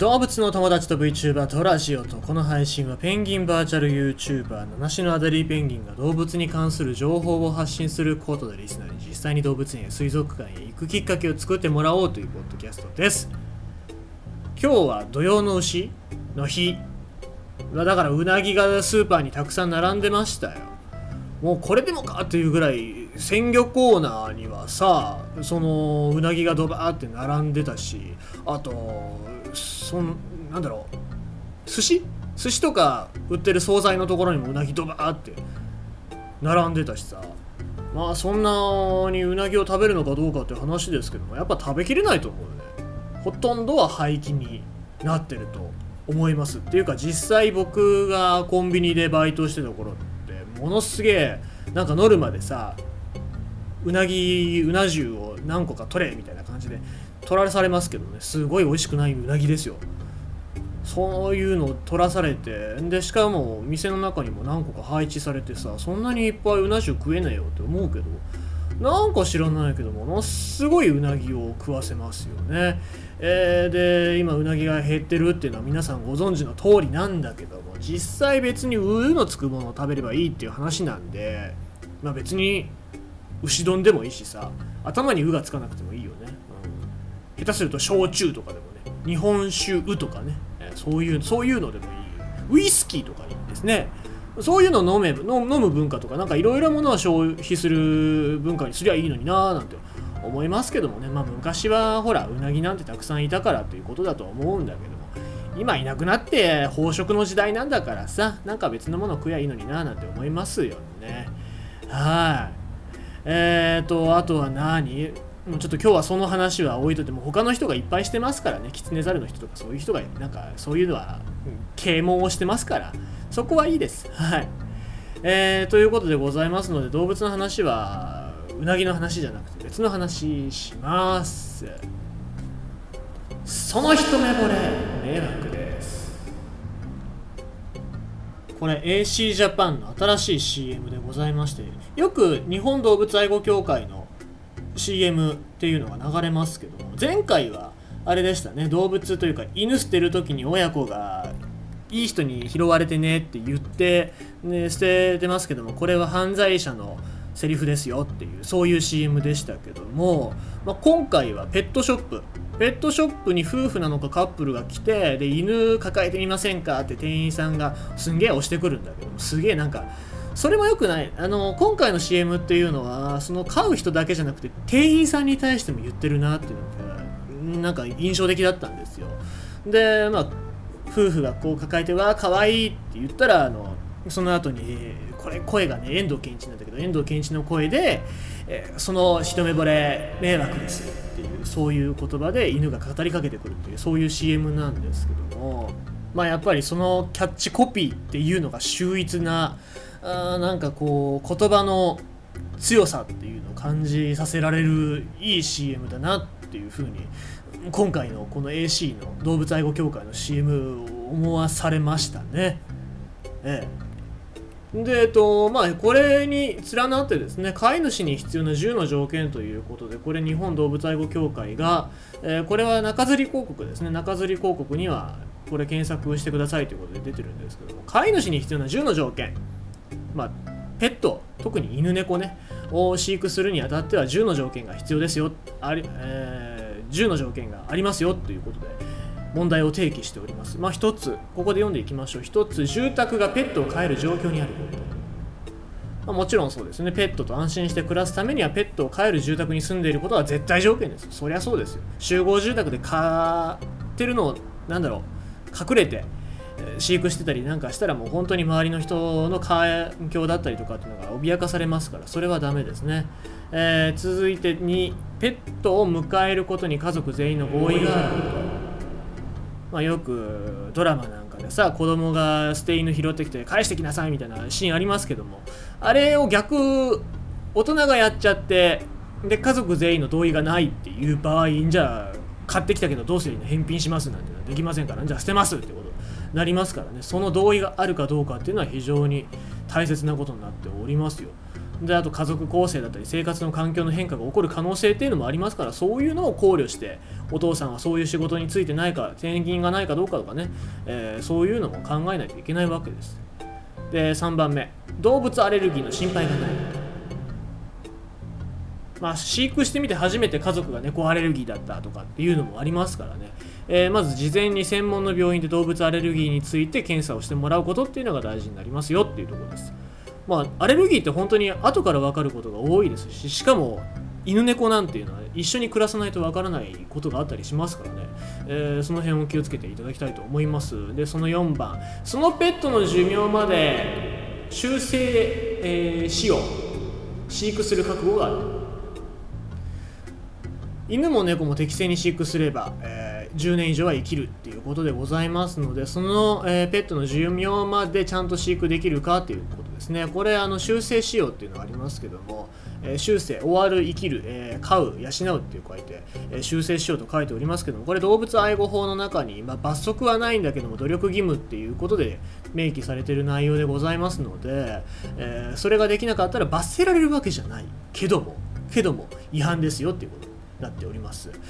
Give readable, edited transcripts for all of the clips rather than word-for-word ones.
動物の友達と VTuber とラジオと、この配信はペンギンバーチャル YouTuber 七種のアデリーペンギンが動物に関する情報を発信することでリスナーに実際に動物園や水族館へ行くきっかけを作ってもらおうというポッドキャストです。今日は土用の丑の日だからうなぎがスーパーにたくさん並んでましたよ。もうこれでもかっていうぐらい鮮魚コーナーにはさ、そのうなぎがドバーって並んでたし、あとなんだろう、寿司とか売ってる惣菜のところにもうなぎドバーって並んでたしさ、まあそんなにうなぎを食べるのかどうかっていう話ですけども、やっぱ食べきれないと思うよね。ほとんどは廃棄になってると思います。っていうか実際僕がコンビニでバイトしてた頃ってものすげえなんかノルマでさ、うな重を何個か取れみたいな感じで取らされますけどね、すごい美味しくないうなぎですよ。そういうのを取らされて、でしかも店の中にも何個か配置されてさ、そんなにいっぱいうな重食えねえよって思うけど、なんか知らないけどものすごいうなぎを食わせますよね。で今うなぎが減ってるっていうのは皆さんご存知の通りなんだけども、実際別にうのつくものを食べればいいっていう話なんで、まあ別に牛丼でもいいしさ、頭にうがつかなくてもいいよね、下手すると焼酎とかでもね、日本酒とかね、そういうのでもいい、ウイスキーとかいいですね。そういうのを飲む文化とか、なんかいろいろなものを消費する文化にすりゃいいのになーなんて思いますけどもね。まあ昔はほらうなぎなんてたくさんいたからということだと思うんだけども、今いなくなって飽食の時代なんだからさ、なんか別のものを食えばいいのになーなんて思いますよね。はい。あとはもうちょっと今日はその話は置いといても、他の人がいっぱいしてますからね。キツネザルの人とかそういう人がなんかそういうのは啓蒙をしてますから、そこはいいです。はい。ということでございますので、動物の話はうなぎの話じゃなくて別の話します。その一目惚れ迷惑です。これ AC ジャパンの新しい CM でございまして、よく日本動物愛護協会の CM っていうのが流れますけども、前回はあれでしたね。動物というか犬捨てる時に親子がいい人に拾われてねって言って、ね、捨ててますけども、これは犯罪者のセリフですよっていう、そういう CM でしたけども、今回はペットショップに夫婦なのかカップルが来て、で犬抱えてみませんかって店員さんがすんげえ押してくるんだけども、すげえなんかそれも良くない。今回の CM っていうのはその飼う人だけじゃなくて店員さんに対しても言ってるなっていうのがなんか印象的だったんですよ。で夫婦がこう抱えて、わーかわいいって言ったら、その後にこれ声がね遠藤憲一なんだけど、遠藤憲一の声で、その一目惚れ迷惑ですっていう、そういう言葉で犬が語りかけてくるっていう、そういう CM なんですけども、やっぱりそのキャッチコピーっていうのが秀逸な、なんかこう言葉の強さっていうのを感じさせられるいい CM だなっていう風に今回のこの AC の動物愛護協会の CM を思わされましたね。でこれに連なってですね、飼い主に必要な10の条件ということで、これ日本動物愛護協会が、これは中吊り広告ですね。中吊り広告にはこれ検索してくださいということで出てるんですけども、飼い主に必要な10の条件、ペット、特に犬猫ねを飼育するにあたっては10の条件が必要ですよ、10の条件がありますよということで問題を提起しております。一つここで読んでいきましょう。一つ、住宅がペットを飼える状況にあること。もちろんそうですね。ペットと安心して暮らすためにはペットを飼える住宅に住んでいることは絶対条件です。そりゃそうですよ。集合住宅で飼ってるのを隠れて飼育してたりなんかしたら、もう本当に周りの人の環境だったりとかっていうのが脅かされますから、それはダメですね。続いて2、ペットを迎えることに家族全員の合意があること。よくドラマなんかでさ、子供が捨て犬拾ってきて返してきなさいみたいなシーンありますけども、あれを大人がやっちゃって、で家族全員の同意がないっていう場合、じゃあ買ってきたけどどうするの、返品しますなんてのはできませんから、じゃあ捨てますってことになりますからね。その同意があるかどうかっていうのは非常に大切なことになっておりますよ。であと家族構成だったり生活の環境の変化が起こる可能性っていうのもありますから、そういうのを考慮してお父さんはそういう仕事についてないか、転勤がないかどうかとかね、そういうのも考えないといけないわけです。で3番目、動物アレルギーの心配がない。飼育してみて初めて家族が猫アレルギーだったとかっていうのもありますからね、まず事前に専門の病院で動物アレルギーについて検査をしてもらうことっていうのが大事になりますよっていうところです。アレルギーって本当に後から分かることが多いですし、しかも犬猫なんていうのは一緒に暮らさないと分からないことがあったりしますからね、その辺を気をつけていただきたいと思います。でその4番、そのペットの寿命まで修正、飼育する覚悟がある。犬も猫も適正に飼育すれば、10年以上は生きるっていうことでございますので、その、ペットの寿命までちゃんと飼育できるかということですね。これ修正使用っていうのがありますけども、修正、終わる、生きる、飼う、養うっていう書いて、修正しようと書いておりますけども、これ動物愛護法の中に、罰則はないんだけども努力義務っていうことで明記されている内容でございますので、それができなかったら罰せられるわけじゃないけども違反ですよっていうことなっております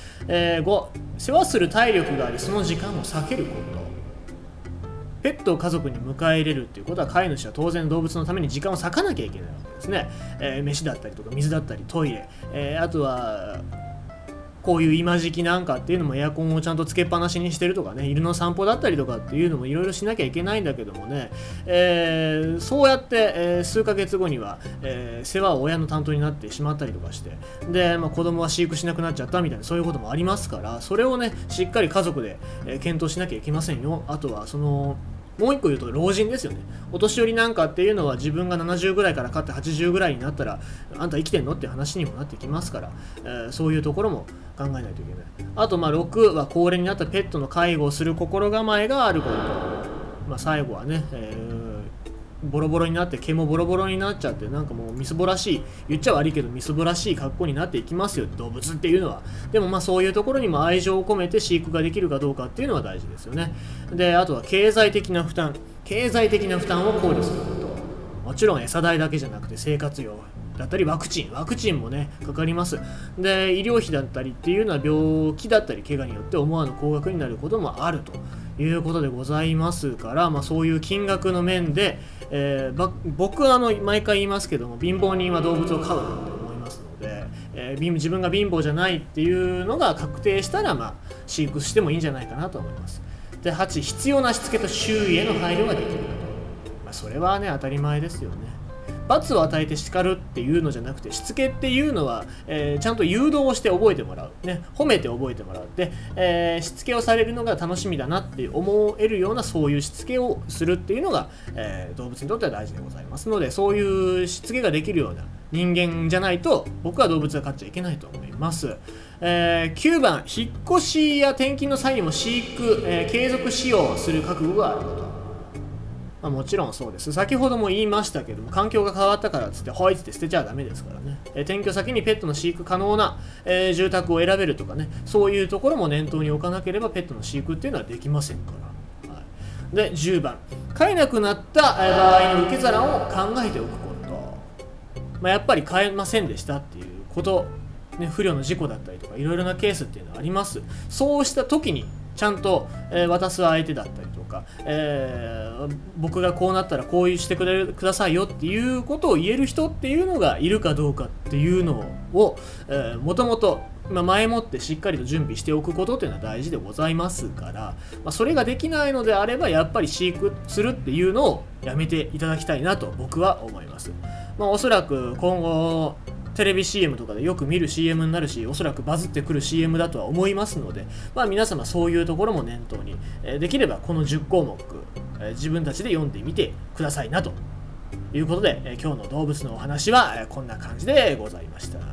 。5、世話する体力がありその時間を避けること。ペットを家族に迎え入れるっていうことは、飼い主は当然動物のために時間を割かなきゃいけないわけですね。飯だったりとか水だったりトイレ、あとはこういう今時期なんかっていうのもエアコンをちゃんとつけっぱなしにしてるとかね、犬の散歩だったりとかっていうのもいろいろしなきゃいけないんだけどもね、そうやって、数ヶ月後には、世話を親の担当になってしまったりとかして、で、子供は飼育しなくなっちゃったみたいな、そういうこともありますから、それをねしっかり家族で、検討しなきゃいけませんよ。あとはもう一個言うと老人ですよね。お年寄りなんかっていうのは自分が70ぐらいから飼って80ぐらいになったらあんた生きてんのって話にもなってきますから、そういうところも考えないといけない。あと6は高齢になったペットの介護をする心構えがあること。最後はね、ボロボロになって毛もボロボロになっちゃって、なんかもうみすぼらしい、言っちゃ悪いけどみすぼらしい格好になっていきますよ、動物っていうのは。でもそういうところにも愛情を込めて飼育ができるかどうかっていうのは大事ですよね。であとは経済的な負担を考慮すること。もちろん餌代だけじゃなくて生活用だったりワクチンもねかかります。で医療費だったりっていうのは病気だったり怪我によって思わぬ高額になることもあるということでございますから、そういう金額の面で、僕は毎回言いますけども、貧乏人は動物を飼うなって思いますので、自分が貧乏じゃないっていうのが確定したら、飼育してもいいんじゃないかなと思います。で8、必要なしつけと周囲への配慮ができること。それはね当たり前ですよね。罰を与えて叱るっていうのじゃなくて、しつけっていうのは、ちゃんと誘導をして覚えてもらう、褒めて覚えてもらう。で、しつけをされるのが楽しみだなって思えるような、そういうしつけをするっていうのが、動物にとっては大事でございますので、そういうしつけができるような人間じゃないと僕は動物は飼っちゃいけないと思います。9番、引っ越しや転勤の際にも飼育、継続使用する覚悟があること。もちろんそうです。先ほども言いましたけども、環境が変わったからっつってホイって捨てちゃダメですからね。転居先にペットの飼育可能な、住宅を選べるとかね、そういうところも念頭に置かなければペットの飼育っていうのはできませんから。で10番、飼えなくなった場合の受け皿を考えておくこと。やっぱり飼えませんでしたっていうこと、不慮の事故だったりとかいろいろなケースっていうのはあります。そうした時にちゃんと、渡す相手だったりとか、僕がこうなったらこうしてくださいよっていうことを言える人っていうのがいるかどうかっていうのを、もともと前もってしっかりと準備しておくことっていうのは大事でございますから、それができないのであればやっぱり飼育するっていうのをやめていただきたいなと僕は思います。おそらく今後テレビ CM とかでよく見る CM になるし、おそらくバズってくる CM だとは思いますので、皆様そういうところも念頭に、できればこの10項目、自分たちで読んでみてくださいなということで、今日の動物のお話は、こんな感じでございました。